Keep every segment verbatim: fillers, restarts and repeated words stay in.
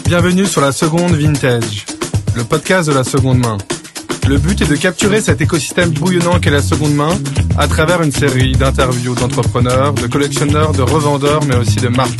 Bienvenue sur la seconde vintage, le podcast de la seconde main. Le but est de capturer cet écosystème bouillonnant qu'est la seconde main à travers une série d'interviews d'entrepreneurs, de collectionneurs, de revendeurs, mais aussi de marques.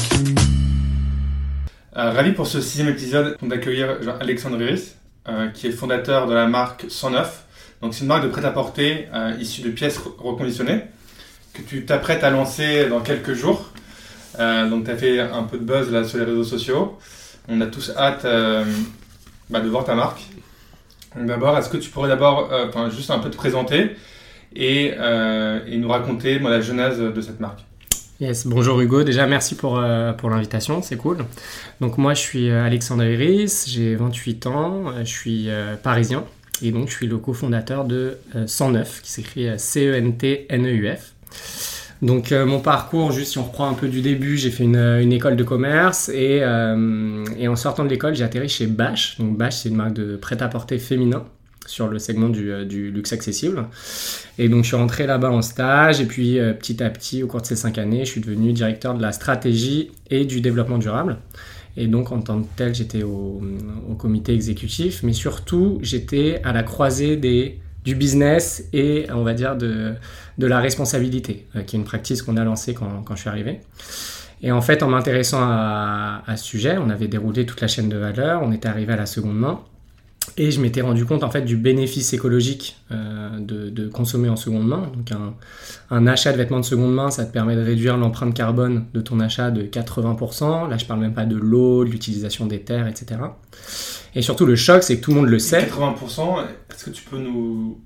Euh, ravi pour ce sixième épisode d'accueillir Alexandre Iris, euh, qui est le fondateur de la marque cent neuf. Donc c'est une marque de prêt-à-porter euh, issue de pièces reconditionnées que tu t'apprêtes à lancer dans quelques jours. Euh, donc tu as fait un peu de buzz là sur les réseaux sociaux. On a tous hâte euh, bah, de voir ta marque. Donc, d'abord, est-ce que tu pourrais d'abord euh, juste un peu te présenter et, euh, et nous raconter moi, la genèse de cette marque? Yes, bonjour Hugo, déjà merci pour, euh, pour l'invitation, c'est cool. Donc moi je suis Alexandre Iris, j'ai vingt-huit ans, je suis euh, parisien et donc je suis le cofondateur de euh, cent neuf qui s'écrit C E N T N E U F. Donc euh, mon parcours, juste si on reprend un peu du début, j'ai fait une, une école de commerce et, euh, et en sortant de l'école j'ai atterri chez Bache. Donc Bache c'est une marque de prêt-à-porter féminin sur le segment du, du luxe accessible. Et donc je suis rentré là-bas en stage et puis euh, petit à petit au cours de ces cinq années je suis devenu directeur de la stratégie et du développement durable. Et donc en tant que tel j'étais au, au comité exécutif mais surtout j'étais à la croisée des du business et on va dire de, de la responsabilité, euh, qui est une pratique qu'on a lancée quand, quand je suis arrivé. Et en fait, en m'intéressant à, à ce sujet, on avait déroulé toute la chaîne de valeur, on était arrivé à la seconde main, et je m'étais rendu compte en fait du bénéfice écologique euh, de, de consommer en seconde main. Donc un, un achat de vêtements de seconde main, ça te permet de réduire l'empreinte carbone de ton achat de quatre-vingts pour cent. Là, je parle même pas de l'eau, de l'utilisation des terres, et cetera. Et surtout, le choc, c'est que tout le monde le sait. quatre-vingts pour cent, est-ce que tu peux nous...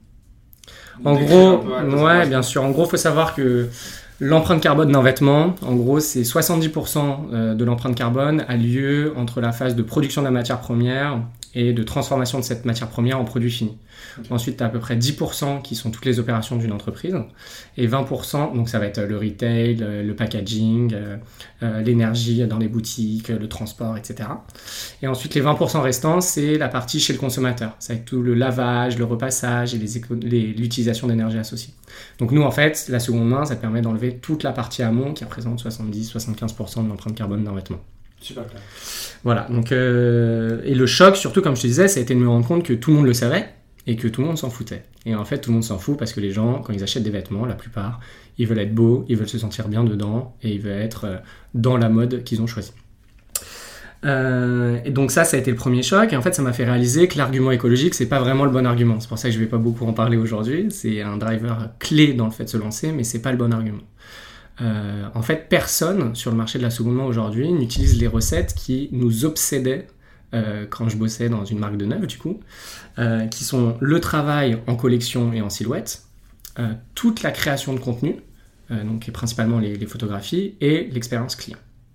En gros, ouais, bien sûr. En gros, il faut savoir que l'empreinte carbone d'un vêtement, en gros, c'est soixante-dix pour cent de l'empreinte carbone a lieu entre la phase de production de la matière première et de transformation de cette matière première en produit fini. Okay. Ensuite, tu as à peu près dix pour cent qui sont toutes les opérations d'une entreprise et vingt pour cent, donc ça va être le retail, le packaging, euh, l'énergie dans les boutiques, le transport, et cetera. Et ensuite, les vingt pour cent restants, c'est la partie chez le consommateur. C'est avec tout le lavage, le repassage et les éco- les, l'utilisation d'énergie associée. Donc nous, en fait, la seconde main, ça permet d'enlever toute la partie amont qui représente soixante-dix à soixante-quinze pour cent de l'empreinte carbone d'un vêtement. Super clair. Voilà, donc, euh, et le choc, surtout comme je te disais, ça a été de me rendre compte que tout le monde le savait et que tout le monde s'en foutait. Et en fait, tout le monde s'en fout parce que les gens, quand ils achètent des vêtements, la plupart, ils veulent être beaux, ils veulent se sentir bien dedans et ils veulent être dans la mode qu'ils ont choisie. Euh, et donc ça, ça a été le premier choc. Et en fait, ça m'a fait réaliser que l'argument écologique, c'est pas vraiment le bon argument. C'est pour ça que je vais pas beaucoup en parler aujourd'hui. C'est un driver clé dans le fait de se lancer, mais c'est pas le bon argument. Euh, en fait, personne sur le marché de la seconde main aujourd'hui n'utilise les recettes qui nous obsédaient euh, quand je bossais dans une marque de neuf, du coup, euh, qui sont le travail en collection et en silhouette, euh, toute la création de contenu, euh, donc et principalement les, les photographies, et l'expérience client.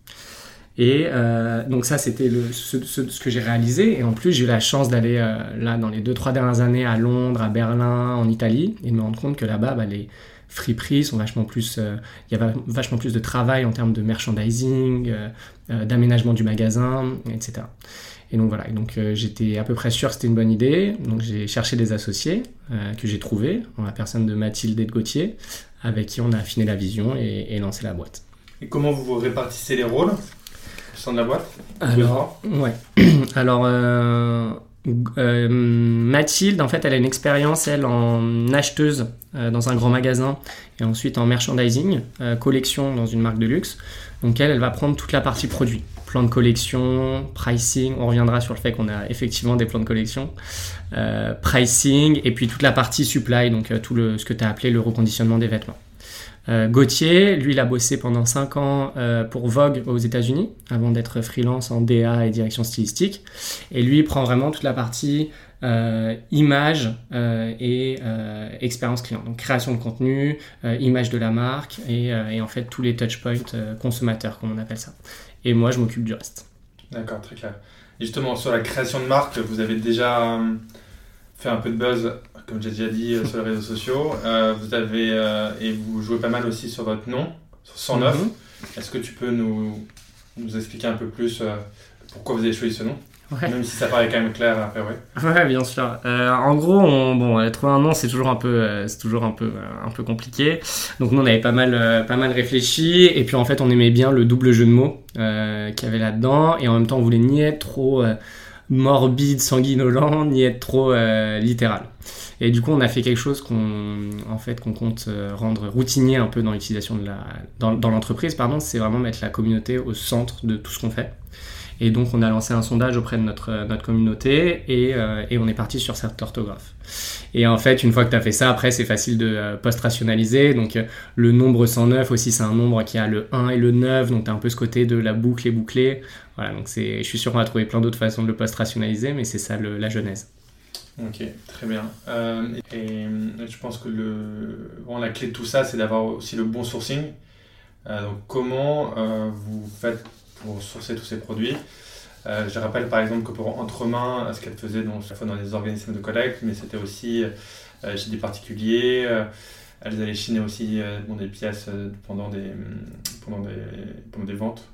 Et euh, donc ça, c'était le, ce, ce, ce que j'ai réalisé. Et en plus, j'ai eu la chance d'aller euh, là dans les deux, trois dernières années à Londres, à Berlin, en Italie, et de me rendre compte que là-bas, bah, les friperies sont vachement plus... Il euh, y a vachement plus de travail en termes de merchandising, euh, euh, d'aménagement du magasin, et cetera. Et donc voilà, et donc, euh, j'étais à peu près sûr que c'était une bonne idée. Donc j'ai cherché des associés euh, que j'ai trouvés, en la personne de Mathilde et de Gauthier, avec qui on a affiné la vision et, et lancé la boîte. Et comment vous vous répartissez les rôles au sein de la boîte? Alors, ouais. Alors, euh, euh, Mathilde, en fait, elle a une expérience, elle, en acheteuse euh, dans un grand magasin et ensuite en merchandising, euh, collection dans une marque de luxe. Donc, elle, elle va prendre toute la partie produit. Plan de collection, pricing, on reviendra sur le fait qu'on a effectivement des plans de collection, euh, pricing et puis toute la partie supply, donc euh, tout le, ce que tu as appelé le reconditionnement des vêtements. Euh, Gauthier, lui, il a bossé pendant cinq ans euh, pour Vogue aux États-Unis avant d'être freelance en D A et direction stylistique. Et lui, il prend vraiment toute la partie euh, image euh, et euh, expérience client. Donc création de contenu, euh, image de la marque et, euh, et en fait tous les touchpoints euh, consommateurs, comme on appelle ça. Et moi, je m'occupe du reste. D'accord, très clair. Et justement, sur la création de marque, vous avez déjà fait un peu de buzz, comme j'ai déjà dit, sur les réseaux sociaux. Euh, vous avez, euh, et vous jouez pas mal aussi sur votre nom, sur cent neuf. Mm-hmm. Est-ce que tu peux nous, nous expliquer un peu plus euh, pourquoi vous avez choisi ce nom? Ouais. Même si ça paraît quand même clair après, ouais. Ouais, bien sûr. Euh, en gros, on, bon, euh, trouver un nom, c'est toujours un peu, euh, c'est toujours un peu, euh, un peu compliqué. Donc nous, on avait pas mal, euh, pas mal réfléchi. Et puis en fait, on aimait bien le double jeu de mots euh, qu'il y avait là-dedans. Et en même temps, on voulait ni être trop euh, morbide, sanguinolent, ni être trop euh, littéral. Et du coup, on a fait quelque chose qu'on, en fait, qu'on compte euh, rendre routinier un peu dans l'utilisation de la, dans, dans l'entreprise, pardon. C'est vraiment mettre la communauté au centre de tout ce qu'on fait. Et donc, on a lancé un sondage auprès de notre, notre communauté et, euh, et on est parti sur cette orthographe. Et en fait, une fois que tu as fait ça, après, c'est facile de euh, post-rationaliser. Donc, euh, le nombre cent neuf aussi, c'est un nombre qui a le un et le neuf. Donc, tu as un peu ce côté de la boucle est bouclée. Voilà, donc c'est, je suis sûr qu'on va trouver plein d'autres façons de le post-rationaliser, mais c'est ça le, la genèse. Ok, très bien. Euh, et, et je pense que le, bon, la clé de tout ça, c'est d'avoir aussi le bon sourcing. Euh, donc, comment euh, vous faites pour sourcer tous ces produits? Euh, je rappelle par exemple que pour Entremain, ce qu'elle faisait donc, chaque fois dans des organismes de collecte, mais c'était aussi euh, chez des particuliers. Euh, elles allaient chiner aussi euh, bon, des pièces euh, pendant, des, pendant, des, pendant des ventes.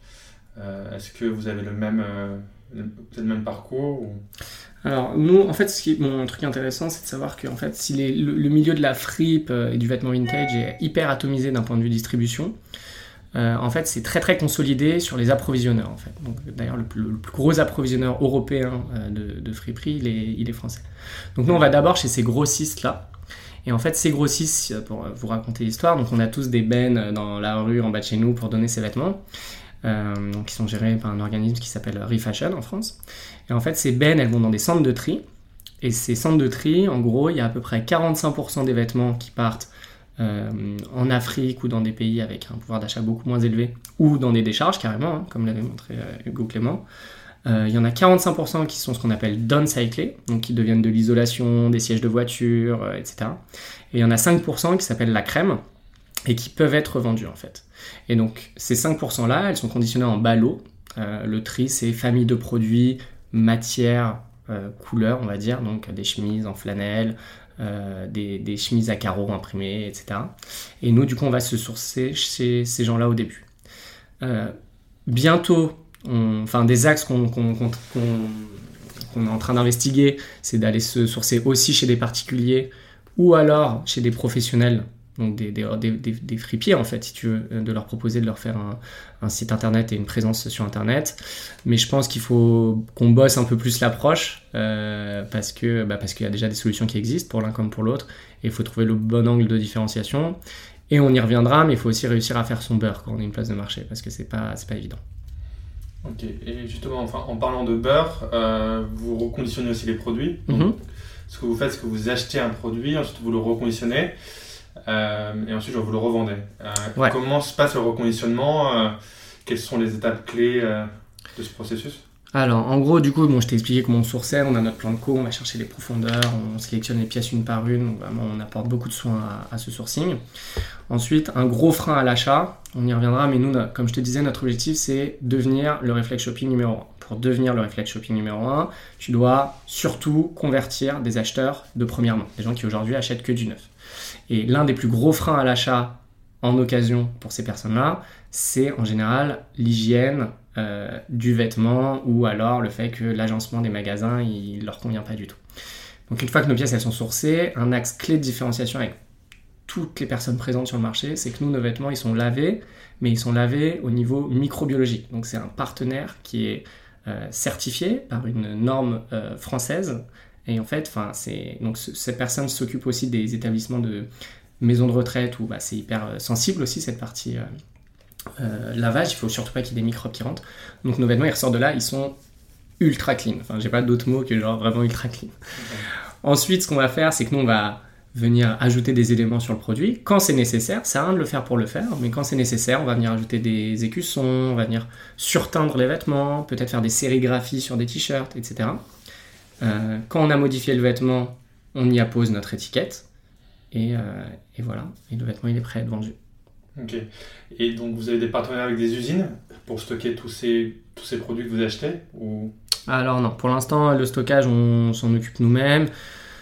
Euh, est-ce que vous avez le même, euh, le, le même parcours ou... Alors nous, en fait, ce qui est, bon, un truc intéressant, c'est de savoir que en fait, si les, le, le milieu de la fripe et du vêtement vintage est hyper atomisé d'un point de vue distribution, Euh, en fait, c'est très très consolidé sur les approvisionneurs. En fait. Donc, d'ailleurs, le plus, le plus gros approvisionneur européen euh, de, de friperie, il est, il est français. Donc nous, on va d'abord chez ces grossistes-là. Et en fait, ces grossistes, pour vous raconter l'histoire, donc on a tous des bennes dans la rue en bas de chez nous pour donner ces vêtements, euh, donc, qui sont gérés par un organisme qui s'appelle Refashion en France. Et en fait, ces bennes, elles vont dans des centres de tri. Et ces centres de tri, en gros, il y a à peu près quarante-cinq pour cent des vêtements qui partent Euh, en Afrique ou dans des pays avec un pouvoir d'achat beaucoup moins élevé, ou dans des décharges carrément, hein, comme l'avait montré euh, Hugo Clément. Euh, il y en a quarante-cinq pour cent qui sont ce qu'on appelle downcyclés, donc qui deviennent de l'isolation, des sièges de voiture, euh, et cetera. Et il y en a cinq pour cent qui s'appellent la crème, et qui peuvent être vendus en fait. Et donc ces cinq pour cent là, elles sont conditionnées en ballot. Euh, le tri, c'est famille de produits, matière, euh, couleur, on va dire, donc des chemises en flanelle, Euh, des, des chemises à carreaux imprimées, et cetera. Et nous, du coup, on va se sourcer chez ces gens-là au début. Euh, bientôt, on, enfin, des axes qu'on, qu'on, qu'on, qu'on, qu'on est en train d'investiguer, c'est d'aller se sourcer aussi chez des particuliers ou alors chez des professionnels, donc des, des, des, des, des fripiers en fait, si tu veux, de leur proposer de leur faire un, un site internet et une présence sur internet. Mais je pense qu'il faut qu'on bosse un peu plus l'approche euh, parce que bah, parce qu'il y a déjà des solutions qui existent pour l'un comme pour l'autre et il faut trouver le bon angle de différenciation. Et on y reviendra, mais il faut aussi réussir à faire son beurre quand on a une place de marché parce que c'est pas c'est pas évident. Ok, et justement, enfin, en parlant de beurre, euh, vous reconditionnez aussi les produits. Donc, mm-hmm. Ce que vous faites, c'est que vous achetez un produit, ensuite vous le reconditionnez. Euh, et ensuite vous le revendez. Euh, ouais. Comment se passe le reconditionnement euh, Quelles sont les étapes clés euh, de ce processus? Alors en gros du coup bon, je t'ai expliqué comment on sourçait, on a notre plan de co, on va chercher les profondeurs, on sélectionne les pièces une par une, donc vraiment on apporte beaucoup de soins à, à ce sourcing. Ensuite un gros frein à l'achat, on y reviendra, mais nous comme je te disais notre objectif c'est devenir le Reflex Shopping numéro un. Pour devenir le Reflex Shopping numéro un, tu dois surtout convertir des acheteurs de première main, des gens qui aujourd'hui achètent que du neuf. Et l'un des plus gros freins à l'achat en occasion pour ces personnes-là, c'est en général l'hygiène euh, du vêtement ou alors le fait que l'agencement des magasins il leur convient pas du tout. Donc une fois que nos pièces elles sont sourcées, un axe clé de différenciation avec toutes les personnes présentes sur le marché, c'est que nous nos vêtements ils sont lavés, mais ils sont lavés au niveau microbiologique. Donc c'est un partenaire qui est euh, certifié par une norme euh, française. Et en fait, c'est, donc, cette personne s'occupe aussi des établissements de maisons de retraite où bah, c'est hyper sensible aussi cette partie euh, euh, lavage. Il ne faut surtout pas qu'il y ait des microbes qui rentrent. Donc nos vêtements, ils ressortent de là, ils sont ultra clean. Enfin, j'ai pas d'autres mots que genre vraiment ultra clean. Okay. Ensuite, ce qu'on va faire, c'est que nous, on va venir ajouter des éléments sur le produit. Quand c'est nécessaire, c'est rien de le faire pour le faire, mais quand c'est nécessaire, on va venir ajouter des écussons, on va venir surteindre les vêtements, peut-être faire des sérigraphies sur des t-shirts, et cetera. Euh, quand on a modifié le vêtement, on y appose notre étiquette et, euh, et voilà, et le vêtement il est prêt à être vendu. Ok, et donc vous avez des partenaires avec des usines pour stocker tous ces, tous ces produits que vous achetez ou... Alors non, pour l'instant le stockage on s'en occupe nous-mêmes.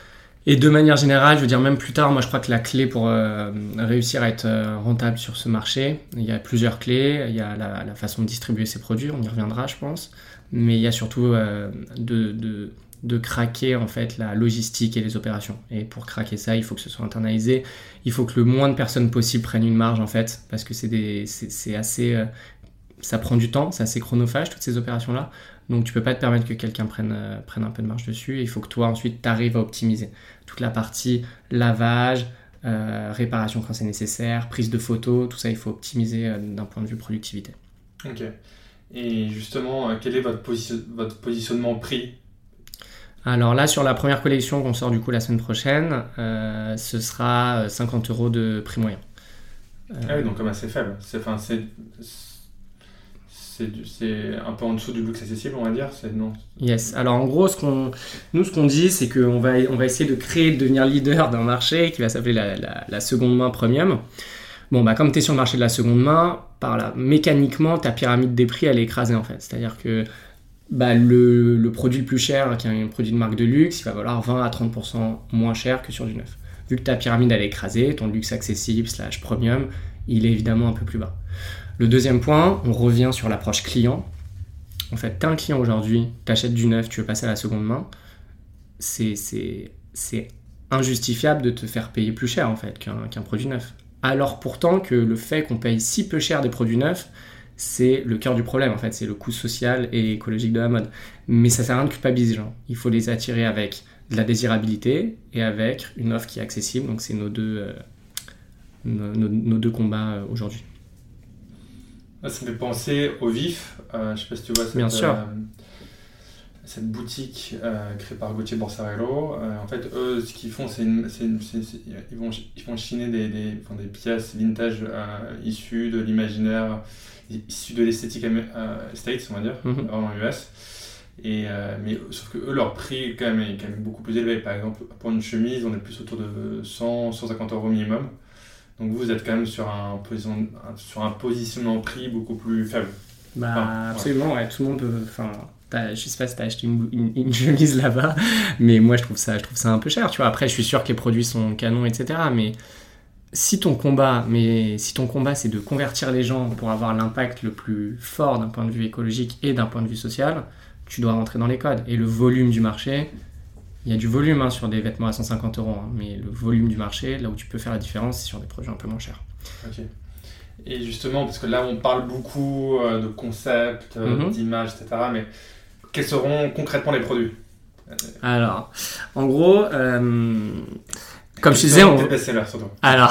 Et de manière générale, je veux dire, même plus tard, moi je crois que la clé pour euh, réussir à être euh, rentable sur ce marché, il y a plusieurs clés. Il y a la, la façon de distribuer ses produits, on y reviendra, je pense. Mais il y a surtout euh, de, de, de craquer en fait la logistique et les opérations. Et pour craquer ça, il faut que ce soit internalisé. Il faut que le moins de personnes possible prennent une marge en fait, parce que c'est, des, c'est, c'est assez, euh, ça prend du temps, c'est assez chronophage toutes ces opérations-là. Donc tu peux pas te permettre que quelqu'un prenne, euh, prenne un peu de marge dessus. Il faut que toi ensuite tu arrives à optimiser toute la partie lavage, euh, réparation quand c'est nécessaire, prise de photos, tout ça il faut optimiser euh, d'un point de vue productivité. Ok. Et justement, euh, quel est votre, posi- votre positionnement prix ? Alors là sur la première collection qu'on sort du coup la semaine prochaine, euh, ce sera cinquante euros de prix moyen. Euh... Ah oui, donc comme assez faible. C'est, enfin, c'est... C'est, du, c'est un peu en dessous du luxe accessible, on va dire. C'est, non. Yes. Alors en gros, ce qu'on, nous, ce qu'on dit, c'est qu'on va, on va essayer de créer, de devenir leader d'un marché qui va s'appeler la, la, la seconde main premium. Bon, bah, comme tu es sur le marché de la seconde main, par là, mécaniquement, ta pyramide des prix, elle est écrasée en fait. C'est-à-dire que bah, le, le produit le plus cher, qui est un produit de marque de luxe, il va valoir vingt à trente pour cent moins cher que sur du neuf. Vu que ta pyramide, elle est écrasée, ton luxe accessible slash premium, il est évidemment un peu plus bas. Le deuxième point, on revient sur l'approche client. En fait, t'es un client aujourd'hui, t'achètes du neuf, tu veux passer à la seconde main, c'est, c'est, c'est injustifiable de te faire payer plus cher en fait qu'un, qu'un produit neuf. Alors pourtant que le fait qu'on paye si peu cher des produits neufs, c'est le cœur du problème en fait, c'est le coût social et écologique de la mode. Mais ça sert à rien de culpabiliser les gens. Il faut les attirer avec de la désirabilité et avec une offre qui est accessible. Donc c'est nos deux, euh, nos, nos, nos deux combats euh, aujourd'hui. Ça me fait penser au Vif. Euh, je ne sais pas si tu vois cette, Bien sûr. Euh, cette boutique euh, créée par Gauthier Borsarello. Euh, en fait, eux, ce qu'ils font, c'est, une, c'est, une, c'est, c'est ils vont ils vont chiner des, des, enfin, des pièces vintage euh, issues de l'imaginaire, issues de l'esthétique euh, States, on va dire, mm-hmm. en U S. Et, euh, mais sauf que eux, leur prix quand même, est quand même beaucoup plus élevé. Par exemple, pour une chemise, on est plus autour de cent à cent cinquante euros minimum. Donc vous, vous êtes quand même sur un, position, sur un positionnement prix beaucoup plus faible. Bah, enfin, absolument, ouais. Ouais, tout le monde peut... Enfin, je sais pas si t'as acheté une, une, une chemise là-bas, mais moi je trouve, ça, je trouve ça un peu cher. Tu vois. Après, je suis sûr que les produits sont canons, et cetera. Mais si ton combat, mais si ton combat c'est de convertir les gens pour avoir l'impact le plus fort d'un point de vue écologique et d'un point de vue social, tu dois rentrer dans les codes. Et le volume du marché... Il y a du volume hein, sur des vêtements à cent cinquante euros, hein, mais le volume du marché, là où tu peux faire la différence, c'est sur des produits un peu moins chers. Ok. Et justement, parce que là, on parle beaucoup euh, de concepts, euh, mm-hmm. d'images, et cetera. Mais quels seront concrètement les produits ? Alors, en gros, euh, comme je te disais, on... des best-sellers surtout. Alors,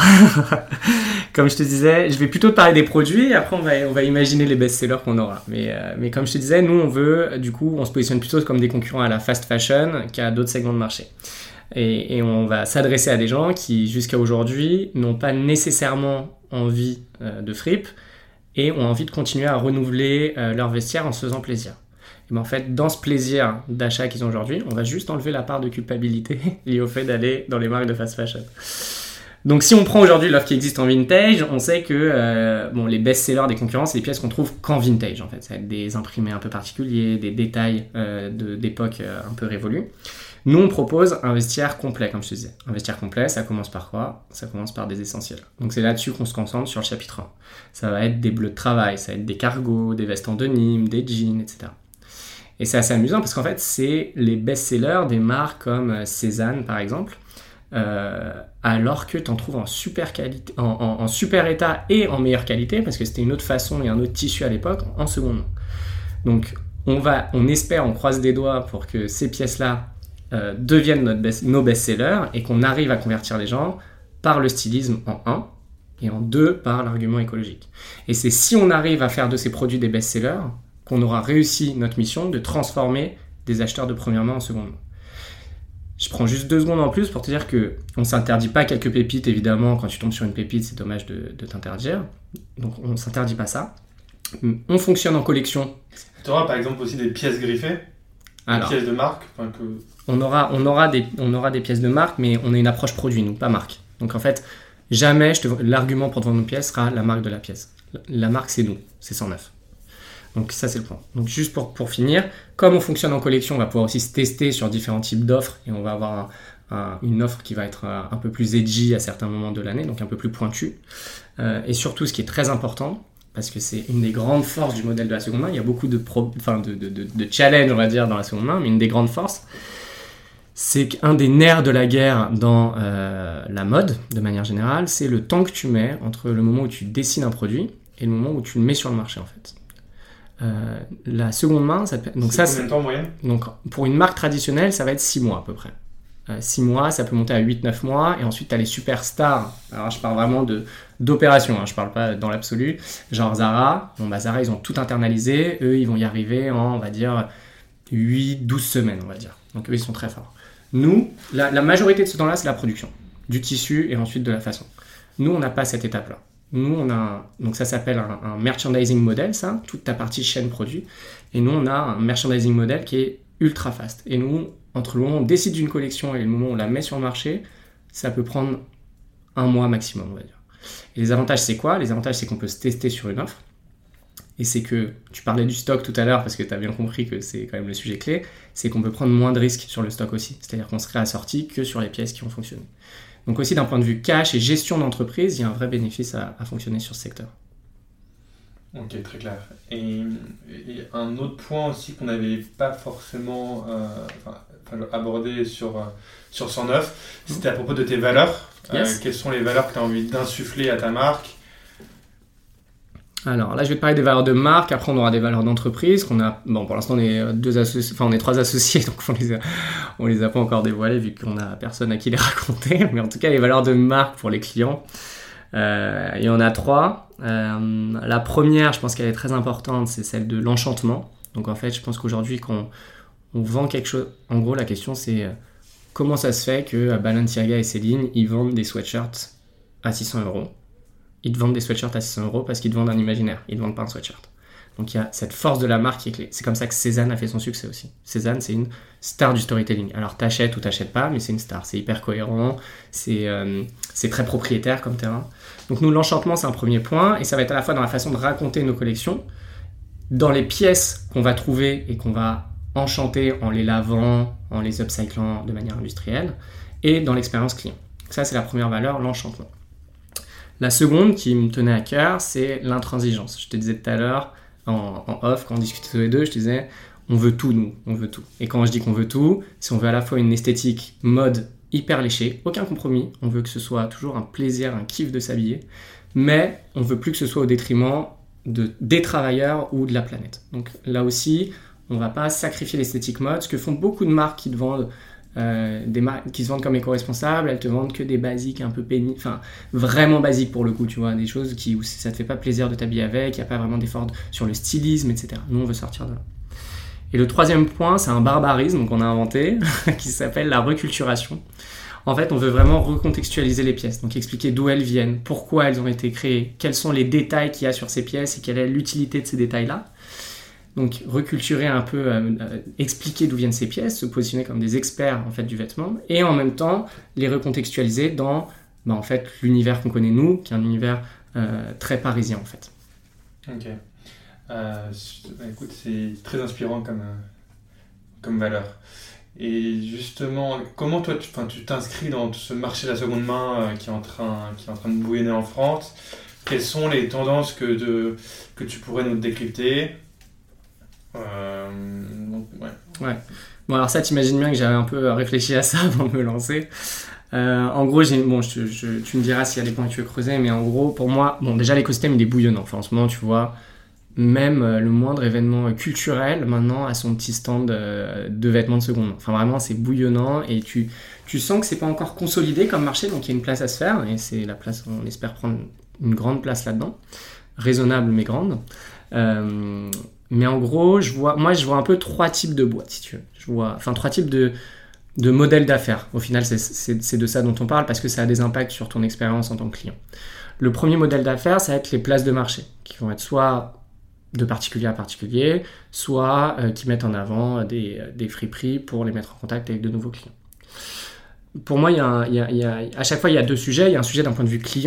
comme je te disais, je vais plutôt te parler des produits et après on va, on va imaginer les best-sellers qu'on aura. Mais, euh, mais comme je te disais, nous on veut, du coup, on se positionne plutôt comme des concurrents à la fast fashion qu'à d'autres segments de marché. Et, et on va s'adresser à des gens qui, jusqu'à aujourd'hui, n'ont pas nécessairement envie euh, de fripe et ont envie de continuer à renouveler euh, leur vestiaire en se faisant plaisir. Et ben en fait, dans ce plaisir d'achat qu'ils ont aujourd'hui, on va juste enlever la part de culpabilité liée au fait d'aller dans les marques de fast fashion. Donc si on prend aujourd'hui l'offre qui existe en vintage, on sait que euh, bon, les best-sellers des concurrents, c'est des pièces qu'on trouve qu'en vintage en fait. Ça va être des imprimés un peu particuliers, des détails euh, de, d'époque euh, un peu révolus. Nous, on propose un vestiaire complet, comme je te disais. Un vestiaire complet, ça commence par quoi ? Ça commence par des essentiels. Donc c'est là-dessus qu'on se concentre sur le chapitre un. Ça va être des bleus de travail, ça va être des cargos, des vestes en denim, des jeans, et cetera. Et c'est assez amusant parce qu'en fait, c'est les best-sellers des marques comme Cézanne, par exemple, euh, alors que tu en trouves en super, qualité, en, en, en super état et en meilleure qualité, parce que c'était une autre façon et un autre tissu à l'époque, en seconde main. Donc, on, va, on espère, on croise des doigts pour que ces pièces-là euh, deviennent notre best, nos best-sellers et qu'on arrive à convertir les gens par le stylisme en un et en deux par l'argument écologique. Et c'est si on arrive à faire de ces produits des best-sellers qu'on aura réussi notre mission de transformer des acheteurs de première main en seconde main. Je prends juste deux secondes en plus pour te dire qu'on ne s'interdit pas quelques pépites, évidemment. Quand tu tombes sur une pépite, c'est dommage de, de t'interdire. Donc on ne s'interdit pas ça. On fonctionne en collection. Tu auras par exemple aussi des pièces griffées, Alors, des pièces de marque enfin que... on, aura, on, aura des, on aura des pièces de marque, mais on a une approche produit, nous, pas marque. Donc en fait, jamais je te, l'argument pour te vendre une pièce sera la marque de la pièce. La marque, c'est nous, c'est cent neuf. Donc ça, c'est le point. Donc juste pour, pour finir, comme on fonctionne en collection, on va pouvoir aussi se tester sur différents types d'offres et on va avoir un, une offre qui va être un, un peu plus edgy à certains moments de l'année, donc un peu plus pointue. Euh, et surtout, ce qui est très important, parce que c'est une des grandes forces du modèle de la seconde main, il y a beaucoup de, pro, enfin de, de, de, de challenges, on va dire, dans la seconde main, mais une des grandes forces, c'est qu'un des nerfs de la guerre dans euh, la mode, de manière générale, c'est le temps que tu mets entre le moment où tu dessines un produit et le moment où tu le mets sur le marché, en fait. Euh, la seconde main, ça peut... donc c'est ça, combien de temps en moyenne ? Donc pour une marque traditionnelle, ça va être six mois à peu près. Euh, six mois, ça peut monter à huit neuf mois, et ensuite tu as les superstars. Alors je parle vraiment de, d'opération, hein, je parle pas dans l'absolu. Genre Zara, bon bah Zara ils ont tout internalisé, eux ils vont y arriver en, on va dire, huit douze semaines, on va dire. Donc eux ils sont très forts. Nous, la, la majorité de ce temps-là, c'est la production, du tissu et ensuite de la façon. Nous, on n'a pas cette étape-là. Nous, on a un, donc ça s'appelle un, un merchandising model, ça, toute ta partie chaîne produit. Et nous, on a un merchandising model qui est ultra fast. Et nous, entre le moment où on décide d'une collection et le moment où on la met sur le marché, ça peut prendre un mois maximum, on va dire. Et les avantages, c'est quoi ? Les avantages, c'est qu'on peut se tester sur une offre. Et c'est que, tu parlais du stock tout à l'heure, parce que tu as bien compris que c'est quand même le sujet clé, c'est qu'on peut prendre moins de risques sur le stock aussi. C'est-à-dire qu'on serait assorti que sur les pièces qui ont fonctionné. Donc aussi, d'un point de vue cash et gestion d'entreprise, il y a un vrai bénéfice à, à fonctionner sur ce secteur. Ok, très clair. Et, et un autre point aussi qu'on n'avait pas forcément euh, enfin, abordé sur, sur cent neuf, c'était à propos de tes valeurs. Yes. Euh, quelles sont les valeurs que tu as envie d'insuffler à ta marque ? Alors là, je vais te parler des valeurs de marque. Après, on aura des valeurs d'entreprise. Qu'on a, bon, pour l'instant, on est deux associés, enfin, on est trois associés, donc on les a, on les a pas encore dévoilées vu qu'on a personne à qui les raconter. Mais en tout cas, les valeurs de marque pour les clients, euh, il y en a trois. Euh, la première, je pense qu'elle est très importante, c'est celle de l'enchantement. Donc en fait, je pense qu'aujourd'hui, quand on, on vend quelque chose, en gros, la question c'est euh, comment ça se fait que Balenciaga et Céline, ils vendent des sweatshirts à six cents euros. Ils te vendent des sweatshirts à six cents euros parce qu'ils te vendent un imaginaire. Ils ne te vendent pas un sweatshirt. Donc il y a cette force de la marque qui est clé. C'est comme ça que Cézanne a fait son succès aussi. Cézanne, c'est une star du storytelling. Alors t'achètes ou t'achètes pas, mais c'est une star. C'est hyper cohérent, c'est, euh, c'est très propriétaire comme terrain. Donc nous, l'enchantement, c'est un premier point. Et ça va être à la fois dans la façon de raconter nos collections, dans les pièces qu'on va trouver et qu'on va enchanter en les lavant, en les upcyclant de manière industrielle, et dans l'expérience client. Ça, c'est la première valeur, l'enchantement. La seconde qui me tenait à cœur, c'est l'intransigeance. Je te disais tout à l'heure, en, en off, quand on discutait tous les deux, je te disais, on veut tout, nous, on veut tout. Et quand je dis qu'on veut tout, c'est on veut à la fois une esthétique mode hyper léchée, aucun compromis, on veut que ce soit toujours un plaisir, un kiff de s'habiller, mais on veut plus que ce soit au détriment de, des travailleurs ou de la planète. Donc là aussi, on va pas sacrifier l'esthétique mode, ce que font beaucoup de marques qui te vendent Euh, des marques qui se vendent comme éco-responsables, elles te vendent que des basiques un peu pénibles, enfin vraiment basiques pour le coup, tu vois, des choses qui, où ça te fait pas plaisir de t'habiller avec, il n'y a pas vraiment d'effort sur le stylisme, et cetera. Nous, on veut sortir de là. Et le troisième point, c'est un barbarisme qu'on a inventé, qui s'appelle la reculturation. En fait, on veut vraiment recontextualiser les pièces, donc expliquer d'où elles viennent, pourquoi elles ont été créées, quels sont les détails qu'il y a sur ces pièces et quelle est l'utilité de ces détails-là. Donc reculturer un peu, euh, euh, expliquer d'où viennent ces pièces, se positionner comme des experts en fait du vêtement, et en même temps les recontextualiser dans bah, en fait l'univers qu'on connaît nous, qui est un univers euh, très parisien en fait. Ok. Euh, écoute, c'est très inspirant comme comme valeur. Et justement, comment toi, tu, tu t'inscris dans ce marché de la seconde main euh, qui est en train qui est en train de bouillonner en France? Quelles sont les tendances que de que tu pourrais nous décrypter? Euh, donc, ouais. Ouais. Bon, alors ça, t'imagines bien que j'avais un peu réfléchi à ça avant de me lancer. Euh, en gros, j'ai, bon, je, je, tu me diras s'il y a des points que tu veux creuser, mais en gros, pour moi, bon, déjà l'écosystème il est bouillonnant. Enfin, en ce moment, tu vois, même le moindre événement culturel maintenant a son petit stand de, de vêtements de seconde main. Enfin, vraiment, c'est bouillonnant et tu, tu sens que c'est pas encore consolidé comme marché, donc il y a une place à se faire et c'est la place, on espère prendre une grande place là-dedans, raisonnable mais grande. Euh, Mais en gros, je vois, moi, je vois un peu trois types de boîtes, si tu veux. Je vois, enfin, trois types de, de modèles d'affaires. Au final, c'est, c'est, c'est de ça dont on parle parce que ça a des impacts sur ton expérience en tant que client. Le premier modèle d'affaires, ça va être les places de marché, qui vont être soit de particulier à particulier, soit euh, qui mettent en avant des, des friperies pour les mettre en contact avec de nouveaux clients. Pour moi, il y a un, il y a, il y a, à chaque fois, il y a deux sujets. Il y a un sujet d'un point de vue client,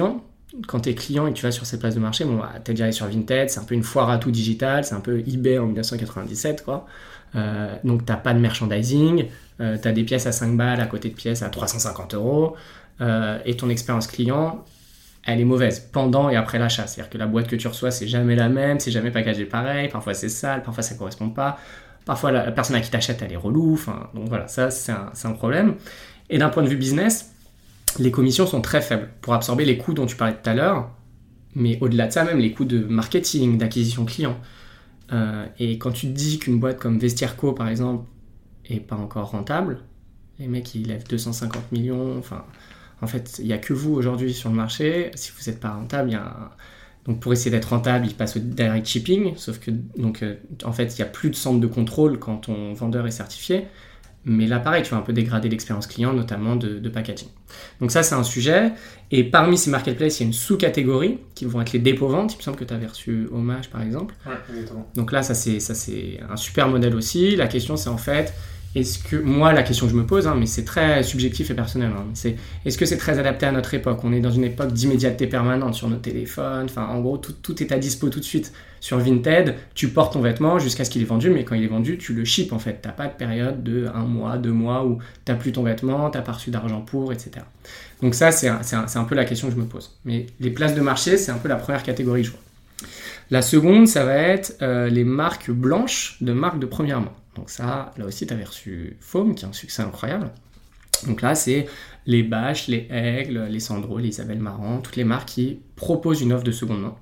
quand tu es client et que tu vas sur ces places de marché, bon, bah, tu es déjà allé sur Vinted, c'est un peu une foire à tout digital, c'est un peu eBay en dix-neuf cent quatre-vingt-dix-sept, quoi. Euh, donc tu n'as pas de merchandising, euh, tu as des pièces à cinq balles à côté de pièces à trois cent cinquante euros, euh, et ton expérience client, elle est mauvaise pendant et après l'achat. C'est-à-dire que la boîte que tu reçois, c'est jamais la même, c'est jamais packagé pareil, parfois c'est sale, parfois ça ne correspond pas, parfois la, la personne à qui t'achète, elle est relou, enfin, donc voilà, ça c'est un, c'est un problème. Et d'un point de vue business, les commissions sont très faibles pour absorber les coûts dont tu parlais tout à l'heure, mais au-delà de ça, même les coûts de marketing, d'acquisition client. Euh, et quand tu te dis qu'une boîte comme Vestiaire.co, par exemple, est pas encore rentable, les mecs ils lèvent deux cent cinquante millions, enfin, en fait, il n'y a que vous aujourd'hui sur le marché. Si vous n'êtes pas rentable, il y a un... donc pour essayer d'être rentable, ils passent au direct shipping, sauf que donc, euh, en fait, il n'y a plus de centre de contrôle quand ton vendeur est certifié. Mais là, pareil, tu vas un peu dégrader l'expérience client, notamment de, de packaging. Donc ça, c'est un sujet. Et parmi ces marketplaces, il y a une sous-catégorie qui vont être les dépôts-ventes. Il me semble que tu avais reçu Hommage, par exemple. Ouais, exactement. Donc là, ça c'est, ça, c'est un super modèle aussi. La question, c'est en fait, est-ce que... Moi, la question que je me pose, hein, mais c'est très subjectif et personnel, hein, c'est est-ce que c'est très adapté à notre époque ? On est dans une époque d'immédiateté permanente sur nos téléphones. Enfin, en gros, tout, tout est à dispo tout de suite. Sur Vinted, tu portes ton vêtement jusqu'à ce qu'il est vendu, mais quand il est vendu, tu le ships en fait. Tu n'as pas de période de un mois, deux mois où tu n'as plus ton vêtement, tu n'as pas reçu d'argent pour, et cetera. Donc ça, c'est un, c'est, un, c'est un peu la question que je me pose. Mais les places de marché, c'est un peu la première catégorie que je vois. La seconde, ça va être euh, les marques blanches de marques de première main. Donc ça, là aussi, tu avais reçu Foam, qui a un succès incroyable. Donc là, c'est les Bâches, les Aigles, les Sandro, les Isabelle Marant, toutes les marques qui proposent une offre de seconde main.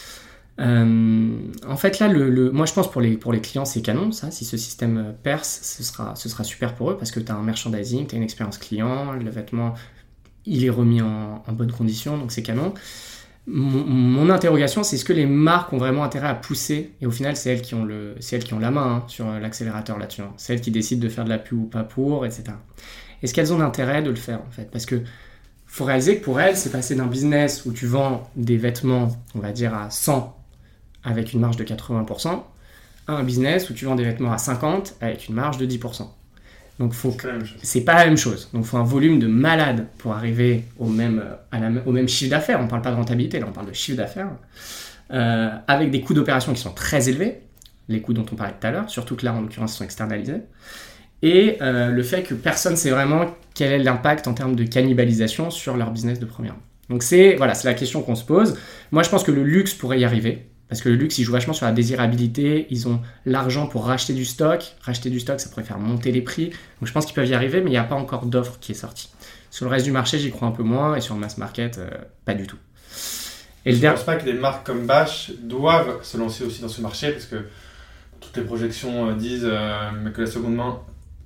Euh, en fait là le, le, moi je pense pour les, pour les clients c'est canon ça, si ce système perce ce sera, ce sera super pour eux parce que tu as un merchandising, tu as une expérience client, le vêtement il est remis en, en bonne condition donc c'est canon. Mon, mon interrogation c'est est-ce que les marques ont vraiment intérêt à pousser et au final c'est elles qui ont, le, c'est elles qui ont la main hein, sur l'accélérateur là-dessus, hein. C'est elles qui décident de faire de la pub ou pas pour, et cetera. Est-ce qu'elles ont l'intérêt de le faire en fait, parce que faut réaliser que pour elles c'est passer d'un business où tu vends des vêtements on va dire à cent avec une marge de quatre-vingts pour cent, à un business où tu vends des vêtements à cinquante avec une marge de dix pour cent. Donc faut que... c'est pas la même chose. Donc il faut un volume de malade pour arriver au même, à la... au même chiffre d'affaires. On parle pas de rentabilité, là on parle de chiffre d'affaires. Euh, avec des coûts d'opération qui sont très élevés, les coûts dont on parlait tout à l'heure, surtout que là en l'occurrence ils sont externalisés. Et euh, le fait que personne ne sait vraiment quel est l'impact en termes de cannibalisation sur leur business de première main. Donc c'est, voilà, c'est la question qu'on se pose. Moi je pense que le luxe pourrait y arriver. Parce que le luxe, il joue vachement sur la désirabilité, ils ont l'argent pour racheter du stock. Racheter du stock, ça pourrait faire monter les prix. Donc je pense qu'ils peuvent y arriver, mais il n'y a pas encore d'offre qui est sortie. Sur le reste du marché, j'y crois un peu moins, et sur le mass market, euh, pas du tout. Et je ne pense pas que des marques comme Bâche doivent se lancer aussi dans ce marché, parce que toutes les projections euh, disent euh, que la seconde main,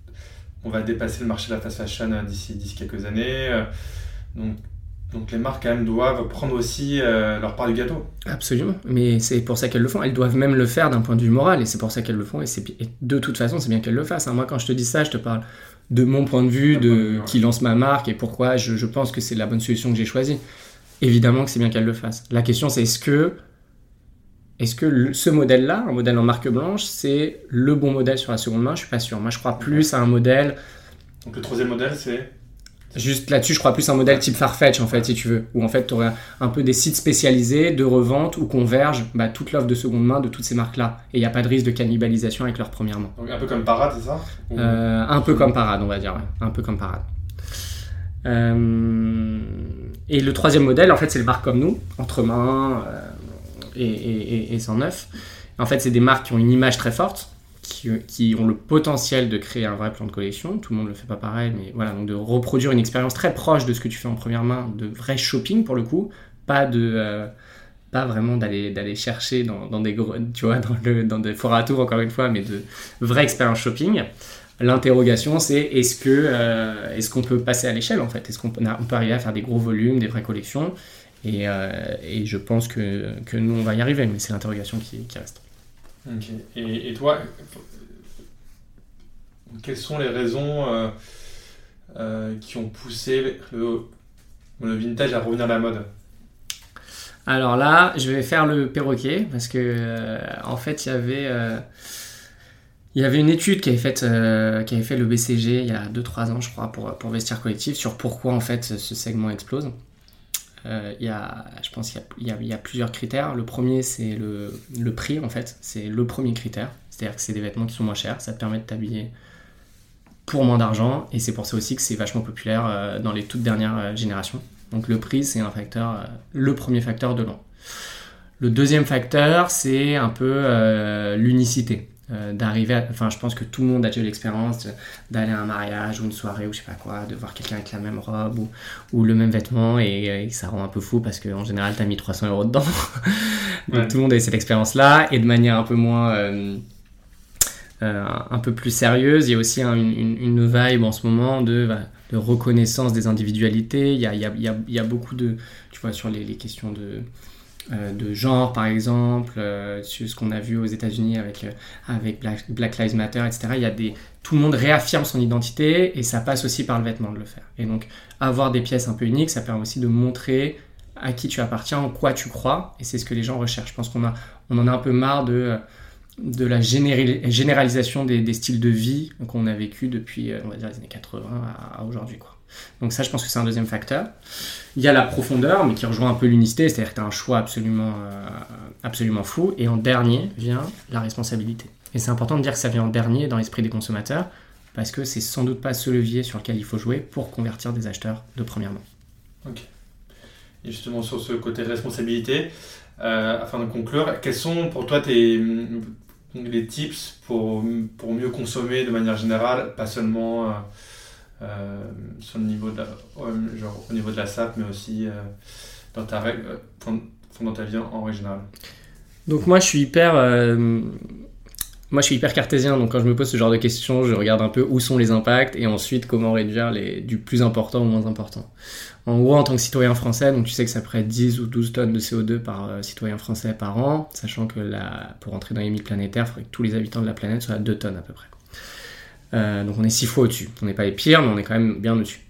on va dépasser le marché de la fast fashion euh, d'ici, d'ici quelques années. Euh, donc Donc les marques quand même doivent prendre aussi euh, leur part du gâteau. Absolument, mais c'est pour ça qu'elles le font. Elles doivent même le faire d'un point de vue moral, et c'est pour ça qu'elles le font. Et, c'est... et de toute façon, c'est bien qu'elles le fassent. Hein. Moi, quand je te dis ça, je te parle de mon point de vue, de... de... qui lance ma marque et pourquoi je, je pense que c'est la bonne solution que j'ai choisie. Évidemment que c'est bien qu'elles le fassent. La question, c'est est-ce que, est-ce que le... ce modèle-là, un modèle en marque blanche, c'est le bon modèle sur la seconde main ? Je suis pas sûr. Moi, je crois plus à un modèle. Donc le troisième modèle, c'est Juste là-dessus, je crois plus un modèle type Farfetch, en fait, si tu veux, où en fait, tu aurais un peu des sites spécialisés de revente où convergent bah, toute l'offre de seconde main de toutes ces marques-là. Et il n'y a pas de risque de cannibalisation avec leur première main. Donc un peu comme Parade, c'est ça ? Ou... euh, Un peu comme Parade, on va dire, ouais. Un peu comme Parade. Euh... Et le troisième modèle, en fait, c'est les marques comme nous, entre mains euh, et, et, et, et cent neuf. En fait, c'est des marques qui ont une image très forte, Qui, qui ont le potentiel de créer un vrai plan de collection. Tout le monde ne le fait pas pareil, mais voilà, donc de reproduire une expérience très proche de ce que tu fais en première main, de vrai shopping pour le coup, pas de euh, pas vraiment d'aller d'aller chercher dans, dans des gros, tu vois, dans le dans des foires à tours encore une fois, mais de vraie expérience shopping. L'interrogation, c'est est-ce que euh, est-ce qu'on peut passer à l'échelle en fait, est-ce qu'on peut, on peut arriver à faire des gros volumes, des vraies collections, et, euh, et je pense que que nous on va y arriver, mais c'est l'interrogation qui, qui reste. Ok. Et, et toi, quelles sont les raisons euh, euh, qui ont poussé le, le vintage à revenir à la mode ? Alors là, je vais faire le perroquet parce que euh, en fait, il y avait euh, il y avait une étude qui avait fait euh, qui avait fait le B C G il y a deux trois ans, je crois, pour pour Vestiaire Collectif sur pourquoi en fait ce segment explose. euh, y a, je pense qu'il y a, y a, y a plusieurs critères. Le premier, c'est le, le prix, en fait. C'est le premier critère. C'est-à-dire que c'est des vêtements qui sont moins chers. Ça te permet de t'habiller pour moins d'argent. Et c'est pour ça aussi que c'est vachement populaire euh, dans les toutes dernières euh, générations. Donc le prix, c'est un facteur, euh, le premier facteur de loin. Le deuxième facteur, c'est un peu euh, l'unicité. Euh, d'arriver à, enfin je pense que tout le monde a déjà eu l'expérience de, d'aller à un mariage ou une soirée ou je sais pas quoi, de voir quelqu'un avec la même robe ou, ou le même vêtement et, et ça rend un peu fou parce qu'en général t'as mis trois cents euros dedans. Donc ouais. Tout le monde a eu cette expérience là et de manière un peu moins euh, euh, un peu plus sérieuse, il y a aussi un, une, une vibe en ce moment de, bah, de reconnaissance des individualités. Il y a, il y a, il y a, il y a beaucoup de, tu vois, sur les, les questions de Euh, de genre par exemple, euh, sur ce qu'on a vu aux États-Unis avec, euh, avec Black, Black Lives Matter, et cetera. Il y a des, tout le monde réaffirme son identité et ça passe aussi par le vêtement de le faire. Et donc avoir des pièces un peu uniques, ça permet aussi de montrer à qui tu appartiens, en quoi tu crois, et c'est ce que les gens recherchent. Je pense qu'on a, on en a un peu marre de, de la général, généralisation des, des styles de vie qu'on a vécu depuis on va dire, les années quatre-vingts à, à aujourd'hui, quoi. Donc ça, je pense que c'est un deuxième facteur. Il y a la profondeur, mais qui rejoint un peu l'unicité, c'est-à-dire que tu as un choix absolument, euh, absolument fou. Et en dernier vient la responsabilité. Et c'est important de dire que ça vient en dernier dans l'esprit des consommateurs, parce que c'est sans doute pas ce levier sur lequel il faut jouer pour convertir des acheteurs de première main. Ok. Et justement, sur ce côté responsabilité, euh, afin de conclure, quels sont pour toi tes, les tips pour, pour mieux consommer de manière générale, pas seulement... Euh, Euh, sur le niveau de la, genre au niveau de la S A P, mais aussi euh, dans ta règle, euh, dans ta vie en règle générale. Donc moi je suis hyper euh, moi je suis hyper cartésien, donc quand je me pose ce genre de questions, je regarde un peu où sont les impacts et ensuite comment réduire les, du plus important au moins important. En gros, en tant que citoyen français, donc tu sais que ça ferait dix ou douze tonnes de C O deux par euh, citoyen français par an, sachant que la, pour entrer dans les limites planétaires, il faudrait que tous les habitants de la planète soient à deux tonnes à peu près. Euh, donc on est six fois au-dessus. On n'est pas les pires, mais on est quand même bien au-dessus.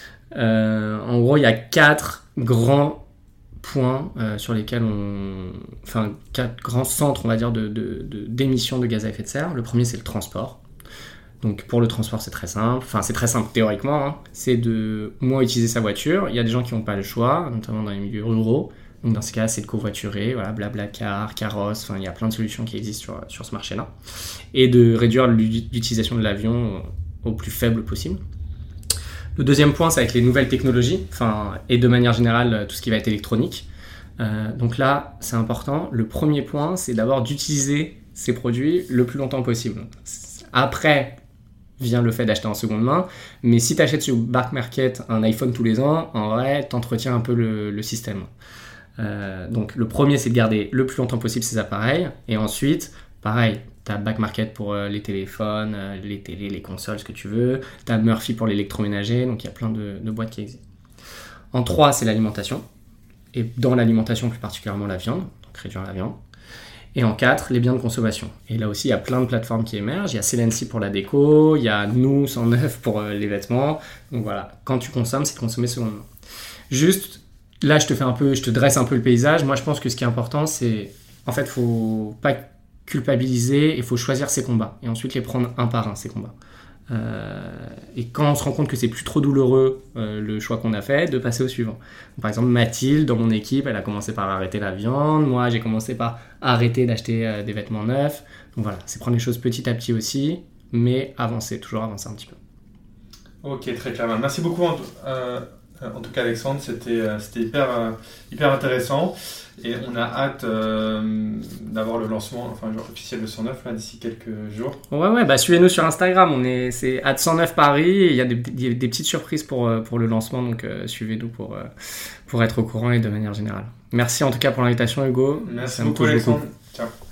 Euh, en gros, il y a quatre grands points euh, sur lesquels on... Enfin, quatre grands centres, on va dire, de, de, de, d'émissions de gaz à effet de serre. Le premier, c'est le transport. Donc pour le transport, c'est très simple. Enfin, c'est très simple théoriquement. Hein. C'est de moins utiliser sa voiture. Il y a des gens qui n'ont pas le choix, notamment dans les milieux ruraux. Donc dans ce cas, c'est de covoiturer, voilà, Blablacar, Carrosse, enfin il y a plein de solutions qui existent sur, sur ce marché-là. Et de réduire l'utilisation de l'avion au plus faible possible. Le deuxième point, c'est avec les nouvelles technologies, enfin, et de manière générale, tout ce qui va être électronique. Euh, donc là, c'est important. Le premier point, c'est d'abord d'utiliser ces produits le plus longtemps possible. Après vient le fait d'acheter en seconde main, mais si tu achètes sur Back Market un iPhone tous les ans, en vrai, tu entretiens un peu le, le système. Euh, donc le premier, c'est de garder le plus longtemps possible ces appareils, et ensuite pareil, t'as Back Market pour euh, les téléphones, euh, les télés, les consoles, ce que tu veux, t'as Murphy pour l'électroménager, donc il y a plein de, de boîtes qui existent. En trois, c'est l'alimentation, et dans l'alimentation plus particulièrement la viande, donc réduire la viande. Et en quatre, les biens de consommation. Et là aussi, il y a plein de plateformes qui émergent. Il y a Celency pour la déco, il y a Nous cent neuf pour euh, les vêtements. Donc voilà, quand tu consommes, c'est de consommer secondement. Juste là, je te fais un peu, je te dresse un peu le paysage. Moi, je pense que ce qui est important, c'est, en fait, faut pas culpabiliser, il faut choisir ses combats et ensuite les prendre un par un, ces combats. Euh, et quand on se rend compte que c'est plus trop douloureux euh, le choix qu'on a fait, de passer au suivant. Par exemple, Mathilde, dans mon équipe, elle a commencé par arrêter la viande. Moi, j'ai commencé par arrêter d'acheter euh, des vêtements neufs. Donc voilà, c'est prendre les choses petit à petit aussi, mais avancer, toujours avancer un petit peu. Ok, très clair. Merci beaucoup. En, euh, en tout cas, Alexandre, c'était, euh, c'était hyper, euh, hyper intéressant. Et on a hâte euh, d'avoir le lancement enfin, genre, officiel de cent neuf là, d'ici quelques jours. Ouais, ouais, bah suivez-nous sur Instagram. On est, c'est arobase cent neuf Paris. Et il y a des, des, des petites surprises pour, pour le lancement. Donc euh, suivez-nous pour, euh, pour être au courant et de manière générale. Merci en tout cas pour l'invitation, Hugo. Merci beaucoup, Alexandre. Ciao.